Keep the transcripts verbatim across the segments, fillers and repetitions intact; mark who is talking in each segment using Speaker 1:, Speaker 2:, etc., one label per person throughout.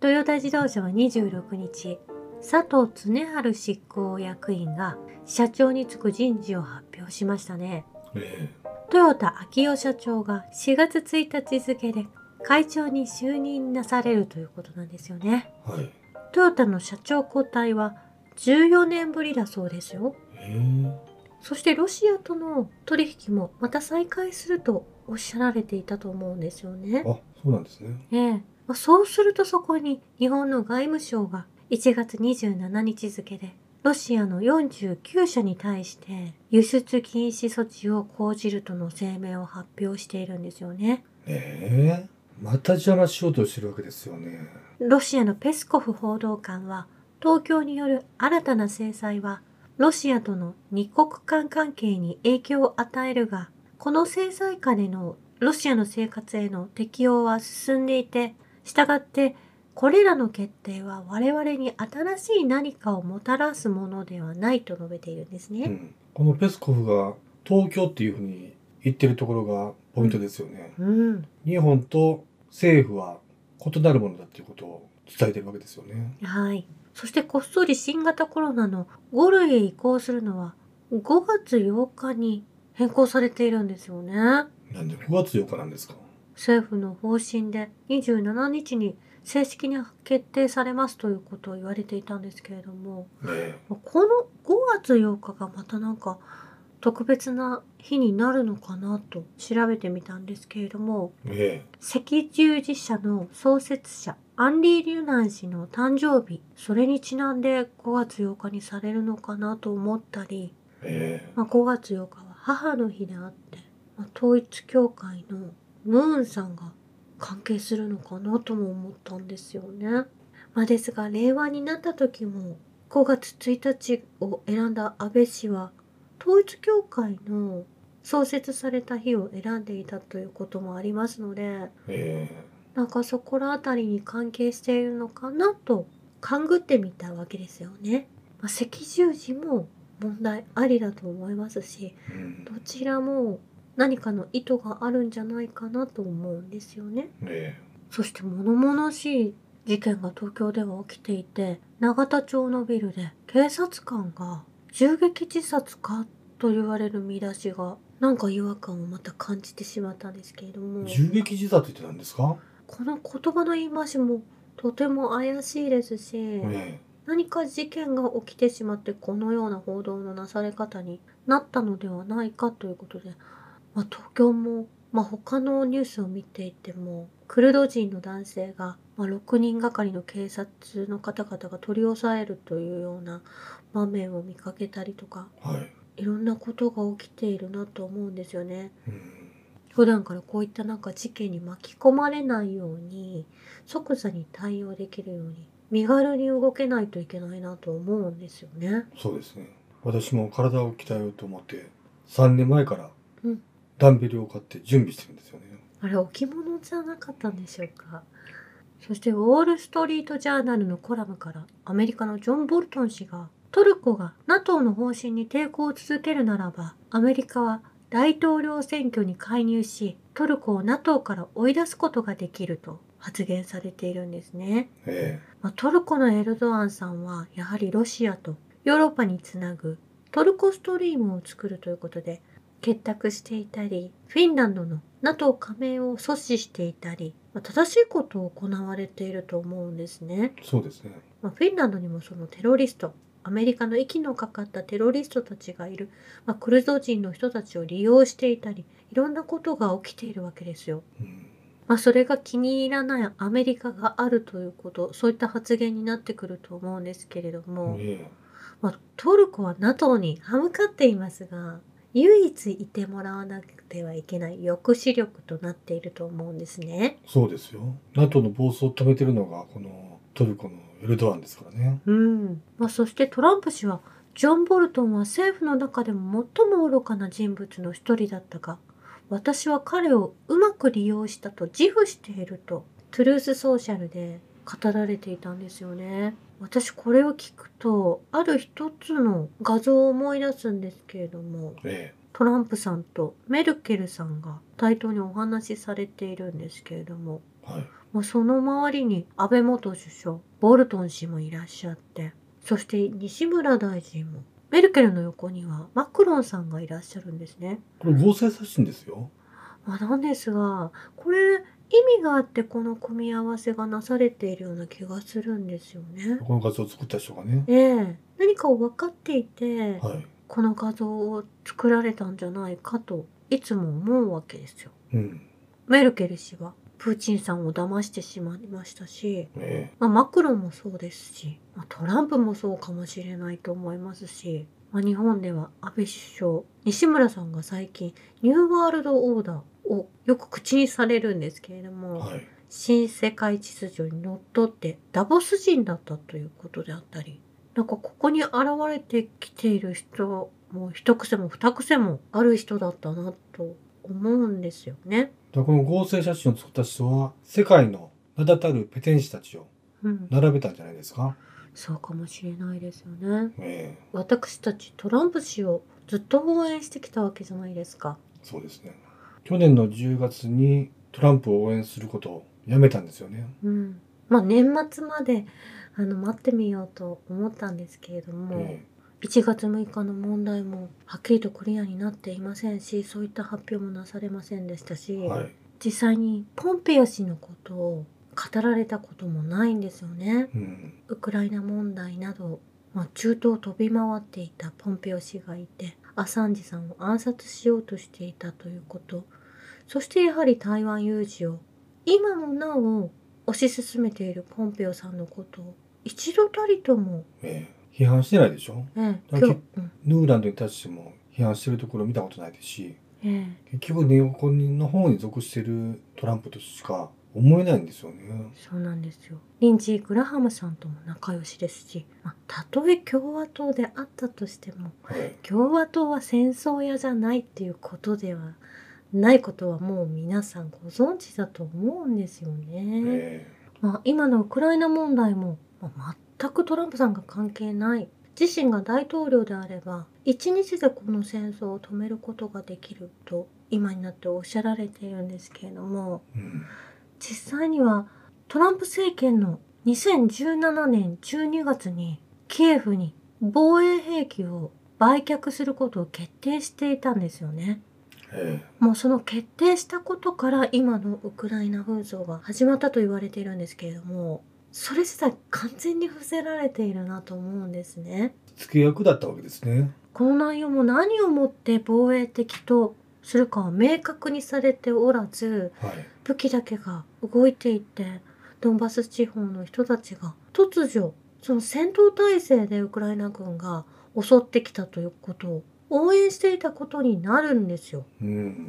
Speaker 1: トヨタ自動車はにじゅうろくにち、佐藤恒治執行役員が社長に就く人事を発表しましたね。
Speaker 2: え
Speaker 1: 豊田章男社長がしがつついたち付で会長に就任なされるということなんですよね。
Speaker 2: えはい。
Speaker 1: トヨタの社長交代はじゅうよねんぶりだそうですよ。
Speaker 2: ええ
Speaker 1: そしてロシアとの取引もまた再開するとおっしゃられていたと思うんですよね。
Speaker 2: あ、そうなんですね。
Speaker 1: ええまあ、そうするとそこに日本の外務省がいちがつにじゅうしちにち付でロシアのよんじゅうきゅうしゃに対して輸出禁止措置を講じるとの声明を発表しているんですよね。
Speaker 2: ええまた邪魔しようとしてるわけですよね。
Speaker 1: ロシアのペスコフ報道官は東京による新たな制裁はロシアとの二国間関係に影響を与えるが、この制裁下でのロシアの生活への適用は進んでいて、したがってこれらの決定は我々に新しい何かをもたらすものではないと述べているんですね。
Speaker 2: うん。このペスコフが東京っていうふうに言ってるところがポイントですよね。
Speaker 1: うん。
Speaker 2: 日本と政府は異なるものだっていうことを伝えてるわけですよね。
Speaker 1: はい。そしてこっそり新型コロナのごるいへ移行するのはごがつようかに変更されているんですよね。
Speaker 2: なんでごがつようかなんですか。
Speaker 1: 政府の方針でにじゅうしちにちに正式に決定されますということを言われていたんですけれども、
Speaker 2: え
Speaker 1: このごがつようかがまたなんか特別な日になるのかなと調べてみたんですけれども、
Speaker 2: ええ
Speaker 1: 赤十字社の創設者アンリー・リュナン氏の誕生日、それにちなんでごがつようかにされるのかなと思ったり、
Speaker 2: ええ
Speaker 1: まあ、ごがつようかは母の日であって、まあ、統一教会のムーンさんが関係するのかなとも思ったんですよね。まあ、ですが令和になった時もごがつついたちを選んだ安倍氏は統一教会の創設された日を選んでいたということもありますので、
Speaker 2: ええ
Speaker 1: なんかそこらあたりに関係しているのかなと勘ぐってみたわけですよね。まあ、赤十字も問題ありだと思いますし、
Speaker 2: うん
Speaker 1: どちらも何かの意図があるんじゃないかなと思うんですよね。
Speaker 2: え
Speaker 1: そして物々しい事件が東京では起きていて、永田町のビルで警察官が銃撃自殺かと言われる見出しがなんか違和感をまた感じてしまったんですけれども、
Speaker 2: え銃撃自殺って何ですか。
Speaker 1: この言葉の言い回しもとても怪しいですし、
Speaker 2: え
Speaker 1: 何か事件が起きてしまってこのような報道のなされ方になったのではないかということで、まあ、東京も、まあ、他のニュースを見ていてもクルド人の男性が、まあ、ろくにんがかりの警察の方々が取り押さえるというような場面を見かけたりとか、
Speaker 2: えはい
Speaker 1: いろんなことが起きているなと思うんですよね。
Speaker 2: うん
Speaker 1: 普段からこういったなんか事件に巻き込まれないように即座に対応できるように身軽に動けないといけないなと思うんですよね。
Speaker 2: そうですね。私も体を鍛えようと思ってさんねんまえから
Speaker 1: うん
Speaker 2: ダンベルを買って準備してるんですよね。
Speaker 1: あれ置物じゃなかったんでしょうか。そしてウォールストリートジャーナルのコラムからアメリカのジョン・ボルトン氏がトルコが ナトー の方針に抵抗を続けるならばアメリカは大統領選挙に介入しトルコを ナトー から追い出すことができると発言されているんですね。
Speaker 2: え
Speaker 1: まあ、トルコのエルドアンさんはやはりロシアとヨーロッパにつなぐトルコストリームを作るということで結託していたり、フィンランドの ナトー 加盟を阻止していたり、まあ、正しいことを行われていると思うんですね。
Speaker 2: えそうですね。
Speaker 1: まあ、フィンランドにもそのテロリスト、アメリカの息のかかったテロリストたちがいる、まあ、クルド人の人たちを利用していたり、いろんなことが起きているわけですよ。
Speaker 2: うん
Speaker 1: まあ、それが気に入らないアメリカがあるということ、そういった発言になってくると思うんですけれども、
Speaker 2: え
Speaker 1: まあ、トルコは ナトー に歯向かっていますが、唯一いてもらわなくてはいけない抑止力となっていると思うんですね。
Speaker 2: えそうですよ。ナトー の暴走を止めてるのがこのトルコのエルドアンですからね。
Speaker 1: うん。まあ、そしてトランプ氏は、ジョン・ボルトンは政府の中でも最も愚かな人物の一人だったが、私は彼をうまく利用したと自負していると、トゥルースソーシャルで語られていたんですよね。私これを聞くと、ある一つの画像を思い出すんですけれども、
Speaker 2: え
Speaker 1: トランプさんとメルケルさんが対等にお話しされているんですけれども、
Speaker 2: えはい
Speaker 1: まあ、その周りに安倍元首相、ボルトン氏もいらっしゃって、そして西村大臣も、メルケルの横にはマクロンさんがいらっしゃるんですね。
Speaker 2: これ合成写真ですよ。
Speaker 1: まあ、なんですが、これ意味があってこの組み合わせがなされているような気がするんですよね。
Speaker 2: この画像を作った人がね。
Speaker 1: ええ、何かを分かっていて、
Speaker 2: はい。
Speaker 1: この画像を作られたんじゃないかといつも思うわけですよ。
Speaker 2: うん。
Speaker 1: メルケル氏はプーチンさんを騙してしまいましたし、
Speaker 2: え
Speaker 1: まあ、マクロンもそうですし、まあ、トランプもそうかもしれないと思いますし、まあ、日本では安倍首相、西村さんが最近ニューワールドオーダーをよく口にされるんですけれど
Speaker 2: え
Speaker 1: も、
Speaker 2: はい。
Speaker 1: 新世界秩序にのっとってダボス人だったということであったり、なんかここに現れてきている人も一癖も二癖もある人だったなと思うんですよね。
Speaker 2: だからこの合成写真を作った人は世界の名だたるペテン師たちを
Speaker 1: うん、
Speaker 2: 並べたんじゃないですか。
Speaker 1: そうかもしれないですよね。
Speaker 2: ええ
Speaker 1: 私たちトランプ氏をずっと応援してきたわけじゃないですか。
Speaker 2: そうですね。去年のじゅうがつにトランプを応援することをやめたんですよね。
Speaker 1: うん。まあ年末まであの待ってみようと思ったんですけれども、
Speaker 2: え
Speaker 1: いちがつむいかの問題もはっきりとクリアになっていませんし、そういった発表もなされませんでしたし、
Speaker 2: えはい。
Speaker 1: 実際にポンペオ氏のことを語られたこともないんですよね。
Speaker 2: うん。
Speaker 1: ウクライナ問題など、まあ、中東を飛び回っていたポンペオ氏がいて、アサンジさんを暗殺しようとしていたということ、そしてやはり台湾有事を今もなお推し進めているポンペオさんのことを一度たりとも、
Speaker 2: ええ批判してないでしょ。
Speaker 1: ええ、
Speaker 2: だから
Speaker 1: 今日、うん、
Speaker 2: ヌーランドに対しても批判してるところ見たことないですし、
Speaker 1: ええ、
Speaker 2: 結局ネオコンの方に属してるトランプとしか思えないんですよね。
Speaker 1: そうなんですよ。リンジー・グラハムさんとも仲良しですし、まあ、たとえ共和党であったとしても、
Speaker 2: はい。
Speaker 1: 共和党は戦争屋じゃないっていうことではないことはもう皆さんご存知だと思うんですよね。
Speaker 2: え
Speaker 1: まあ、今のウクライナ問題も、まあ、全くトランプさんが関係ない。自身が大統領であれば一日でこの戦争を止めることができると今になっておっしゃられているんですけれども、
Speaker 2: えうん。
Speaker 1: 実際にはトランプ政権のにせんじゅうななねんじゅうにがつにキエフに防衛兵器を売却することを決定していたんですよね。
Speaker 2: え
Speaker 1: もうその決定したことから今のウクライナ紛争が始まったと言われているんですけれども、それ自体完全に伏せられているなと思うんですね。
Speaker 2: え付け役だったわけですね。
Speaker 1: この内容も何をもって防衛的とするかは明確にされておらず、
Speaker 2: はい。
Speaker 1: 武器だけが動いていて、ドンバス地方の人たちが突如その戦闘態勢でウクライナ軍が襲ってきたということを応援していたことになるんですよ。
Speaker 2: うん。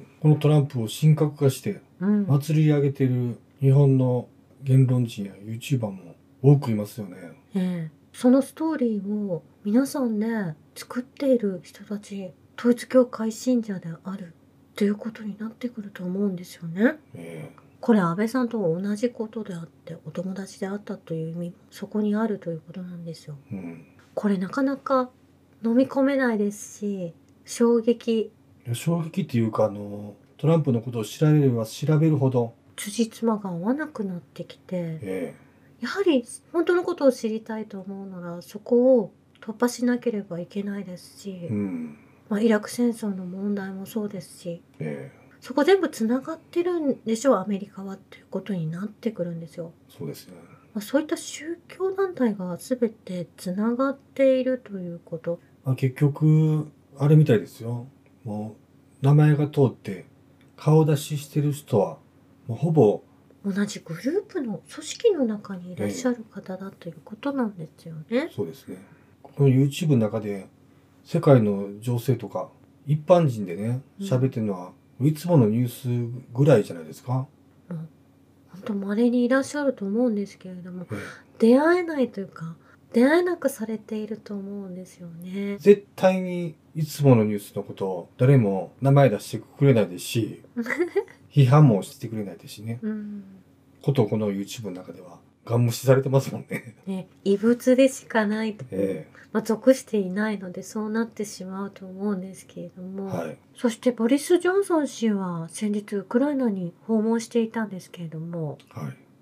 Speaker 2: このトランプを神格化して
Speaker 1: うん、
Speaker 2: 祭り上げてる日本の言論人や YouTuber も多くいますよね。
Speaker 1: ええ、そのストーリーを皆さんで作っている人たち、統一教会信者であるということになってくると思うんですよね。
Speaker 2: え
Speaker 1: これ安倍さんと同じことであって、お友達であったという意味もそこにあるということなんですよ。
Speaker 2: えうん。
Speaker 1: これなかなか飲み込めないですし、衝撃、
Speaker 2: いや衝撃っていうか、あの、トランプのことを調べれば調べるほど、
Speaker 1: 辻褄が合わなくなってきて、
Speaker 2: え
Speaker 1: やはり本当のことを知りたいと思うならそこを突破しなければいけないですし、
Speaker 2: えうん。
Speaker 1: まあ、イラク戦争の問題もそうですし、
Speaker 2: ええ
Speaker 1: そこ全部つながってるんでしょう、アメリカはっていうことになってくるんですよ。
Speaker 2: そうですね。
Speaker 1: まあ、そういった宗教団体が全てつながっているということ。
Speaker 2: まあ、結局、あれみたいですよ。もう、名前が通って顔出ししてる人は、もうほぼ、
Speaker 1: 同じグループの組織の中にいらっしゃる方だということなんですよね。
Speaker 2: そうですね。この YouTube の中で、世界の情勢とか、一般人でね、喋ってるのは、いつものニュースぐらいじゃないですか。
Speaker 1: もう本当稀にいらっしゃると思うんですけれども、
Speaker 2: え
Speaker 1: 出会えないというか出会えなくされていると思うんですよね
Speaker 2: え。絶対にいつものニュースのことを誰も名前出してくれないですし、批判もしてくれないですしね。
Speaker 1: うん、
Speaker 2: ことこの YouTube の中では、ガン無視されてますもんね。
Speaker 1: ね、異物でしかないと、
Speaker 2: え
Speaker 1: まあ、属していないのでそうなってしまうと思うんですけれど
Speaker 2: え
Speaker 1: も、
Speaker 2: はい。
Speaker 1: そしてボリス・ジョンソン氏は先日ウクライナに訪問していたんですけれども、
Speaker 2: はい。
Speaker 1: ウ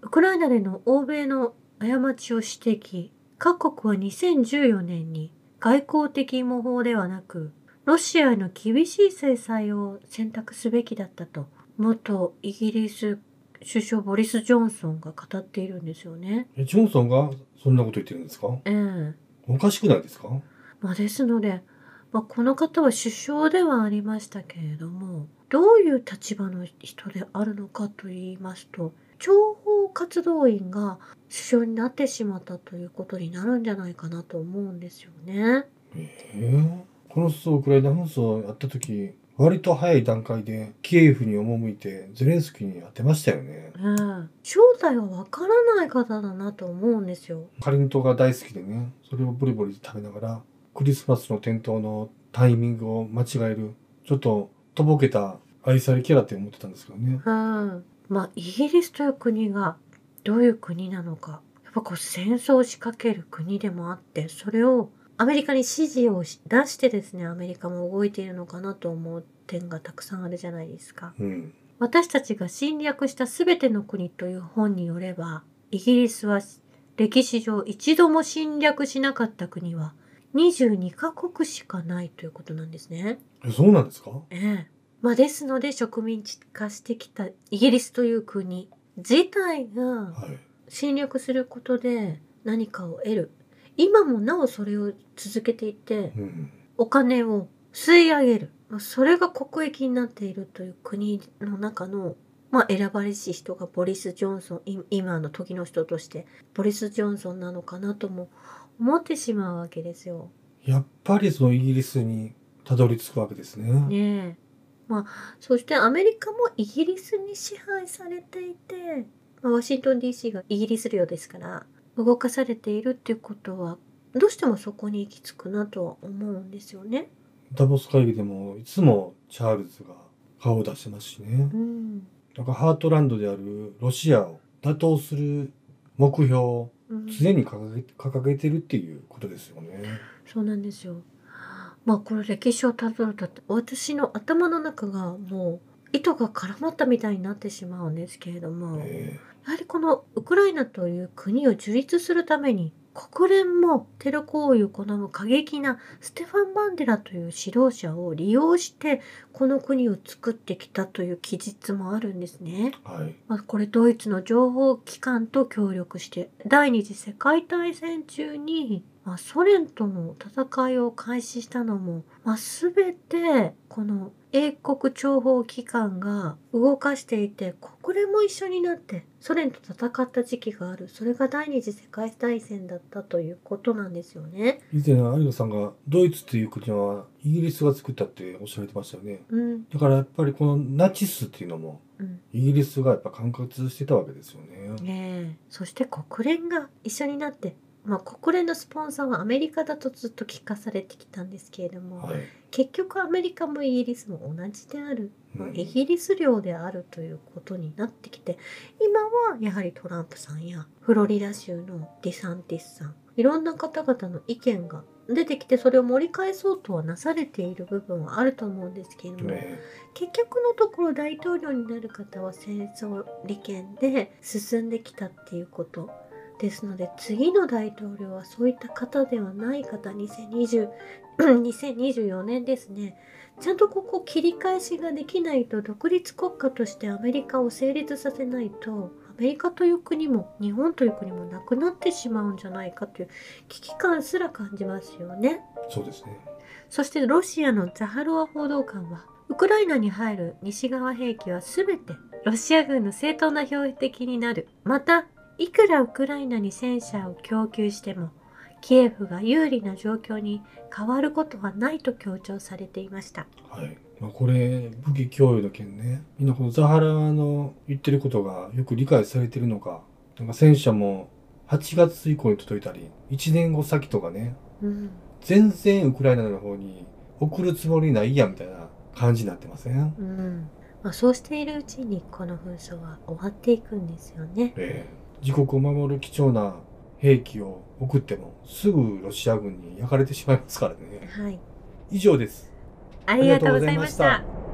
Speaker 1: ウクライナでの欧米の過ちを指摘。各国はにせんじゅうよねんに外交的模倣ではなく、ロシアへの厳しい制裁を選択すべきだったと、元イギリス首相ボリス・ジョンソンが語っているんですよね。
Speaker 2: え、ジョンソンがそんなこと言ってるんですか？
Speaker 1: ええ。
Speaker 2: おかしくないですか？
Speaker 1: まあ、ですので、まあ、この方は首相ではありましたけれども、どういう立場の人であるのかと言いますと、諜報活動員が首相になってしまったということになるんじゃないかなと思うんですよね。
Speaker 2: ええ、このそうウクライナ紛争やった時、割と早い段階でキエフに赴いてゼレンスキーに会ってましたよね。
Speaker 1: ええ、正体はわからない方だなと思うんですよ。
Speaker 2: かりんとうが大好きでね、それをボリボリ食べながら、クリスマスの点灯のタイミングを間違える、ちょっととぼけた愛されキャラって思ってたんですけどね。
Speaker 1: うん。まあ、イギリスという国がどういう国なのか。やっぱこう戦争を仕掛ける国でもあって、それをアメリカに指示を出してですね、アメリカも動いているのかなと思う点がたくさんあるじゃないですか。
Speaker 2: うん。
Speaker 1: 私たちが侵略したすべての国という本によれば、イギリスは歴史上一度も侵略しなかった国はにじゅうにカ国しかないということなんですね。
Speaker 2: え、そうなんですか？
Speaker 1: ええ。まあですので植民地化してきたイギリスという国自体が
Speaker 2: はい。
Speaker 1: 侵略することで何かを得る。今もなおそれを続けていて、
Speaker 2: うん。
Speaker 1: お金を吸い上げる。まあそれが国益になっているという国の中の、まあ、選ばれし人がボリス・ジョンソン、い今の時の人としてボリス・ジョンソンなのかなとも思ってしまうわけですよ。
Speaker 2: やっぱりそのイギリスにたどり着くわけですね。
Speaker 1: ねえ。まあ、そしてアメリカもイギリスに支配されていて、まあ、ワシントン ディーシー がイギリス領ですから、動かされているっていうことは、どうしてもそこに行き着くなとは思うんですよね。
Speaker 2: ダボス会議でもいつもチャールズが顔を出してますしね。
Speaker 1: うん。
Speaker 2: だからハートランドであるロシアを打倒する目標を
Speaker 1: うん
Speaker 2: 常に掲げ掲げてるっていうことですよね。
Speaker 1: そうなんですよ。まあこれ歴史をたどると私の頭の中がもう糸が絡まったみたいになってしまうんですけれども、
Speaker 2: え
Speaker 1: やはりこのウクライナという国を樹立するために国連もテロ行為を好む過激なステファン・バンデラという指導者を利用してこの国を作ってきたという記述もあるんですね。
Speaker 2: え、はい。
Speaker 1: まあ、これドイツの情報機関と協力して第二次世界大戦中に、まあ、ソ連との戦いを開始したのも、まあ、全てこの英国諜報機関が動かしていて国連も一緒になってソ連と戦った時期がある。それが第二次世界大戦だったということなんですよね。
Speaker 2: 以前有野さんがドイツという国はイギリスが作ったっておっしゃられてましたよね。
Speaker 1: うん
Speaker 2: だからやっぱりこのナチスっていうのも
Speaker 1: うん
Speaker 2: イギリスがやっぱ管轄してたわけですよね。
Speaker 1: ねえ、そして国連が一緒になって、まあ、国連のスポンサーはアメリカだとずっと聞かされてきたんですけれども、
Speaker 2: はい。
Speaker 1: 結局アメリカもイギリスも同じである、まあ
Speaker 2: うん
Speaker 1: イギリス領であるということになってきて、今はやはりトランプさんやフロリダ州のディサンティスさん、いろんな方々の意見が出てきてそれを盛り返そうとはなされている部分はあると思うんですけれども、
Speaker 2: ね
Speaker 1: 結局のところ大統領になる方は戦争利権で進んできたっていうことですので、次の大統領はそういった方ではない方、にせんにじゅう、にせんにじゅうよねんですね。ちゃんとここ切り返しができないと、独立国家としてアメリカを成立させないと、アメリカという国も日本という国もなくなってしまうんじゃないかという危機感すら感じますよね。
Speaker 2: そうですね。
Speaker 1: そしてロシアのザハロワ報道官は、ウクライナに入る西側兵器はすべてロシア軍の正当な標的になる。また、いくらウクライナに戦車を供給しても、キエフが有利な状況に変わることはないと強調されていました。
Speaker 2: はい。まあ、これ武器供与の件ね、みんなこのザハラの言ってることがよく理解されてるのか、なんか戦車もはちがつ以降に届いたり、いちねんご先とかね、
Speaker 1: うん、
Speaker 2: 全然ウクライナの方に送るつもりないやみたいな感じになってません？
Speaker 1: うんまあ、そうしているうちにこの紛争は終わっていくんですよね。
Speaker 2: ええ、自国を守る貴重な兵器を送ってもすぐロシア軍に焼かれてしまいますからね。
Speaker 1: はい。
Speaker 2: 以上です。
Speaker 1: ありがとうございまし
Speaker 2: ありがとうございま
Speaker 1: た。